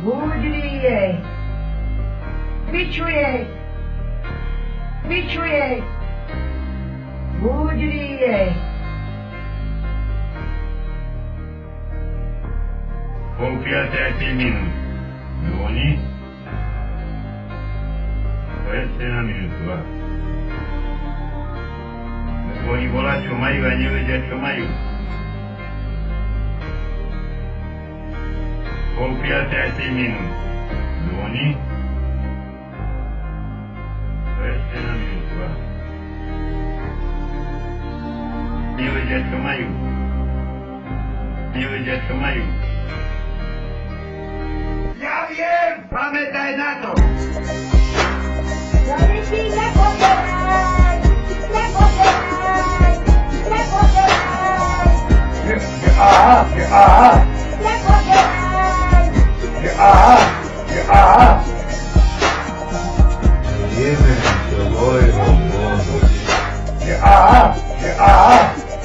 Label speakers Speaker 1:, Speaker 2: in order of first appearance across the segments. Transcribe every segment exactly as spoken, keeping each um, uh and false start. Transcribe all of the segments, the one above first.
Speaker 1: Budri jej. Vyčuje. Vyčuje. Budri jej.
Speaker 2: Pol piatej päť minút. Zvoní. Povedzte na minútu. Oni volá, čo majú a nevedia, čo majú. Pol piatej päť minút. Zvoní. Povedzte na minútu. Nevedia, čo majú. Nevedia, čo majú. Ja viem! Pamätaj na to!
Speaker 3: Zoriši, nepozeraj! Nepozeraj! Nepozeraj!
Speaker 2: Aha! Aha!
Speaker 3: Nepozeraj!
Speaker 2: Aha! Aha! Ideme do svojho Bohu. Aha! Aha!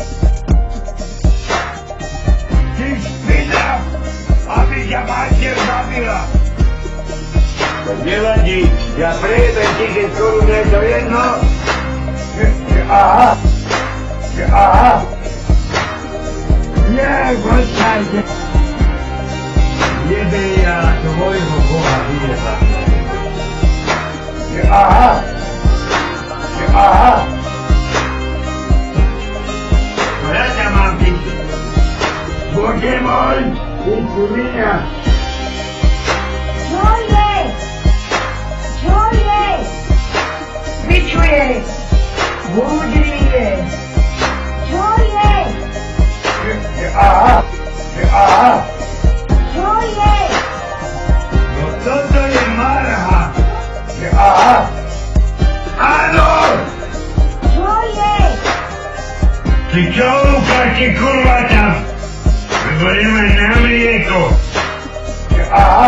Speaker 2: Ty špina! Aby ťa mater zabila! To nevadí, ja prejedem tisíc korún, je to jedno? Aha! Aha! Nie, počkajte! Jebe ja svojho Boha vyjeba. Aha! Aha! No ja ťa mám písať. Bože môj! Píšu mňa!
Speaker 3: Čo je? Čo je?
Speaker 1: Vyčuje. Budri jej.
Speaker 3: Čo je?
Speaker 2: Aha! Aha!
Speaker 3: Čo je?
Speaker 2: No toto je marha! Aha! Áno!
Speaker 3: Čo je?
Speaker 2: Ty čo, Lukáši, kurva tam? Lebo nemaj na mlieko! Aha!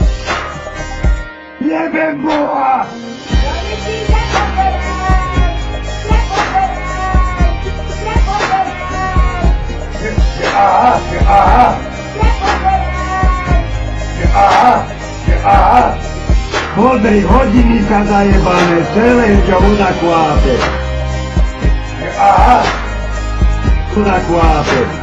Speaker 2: Jebem Boha!
Speaker 3: Zoriši, nepozeraj! Nepozeraj! Nepozeraj!
Speaker 2: Aha! Aha!
Speaker 3: Nepozeraj!
Speaker 2: Aha! Aha! Podri hodiny sa zajebané, celé čo ona kvápe. Aha! Ona kvápe.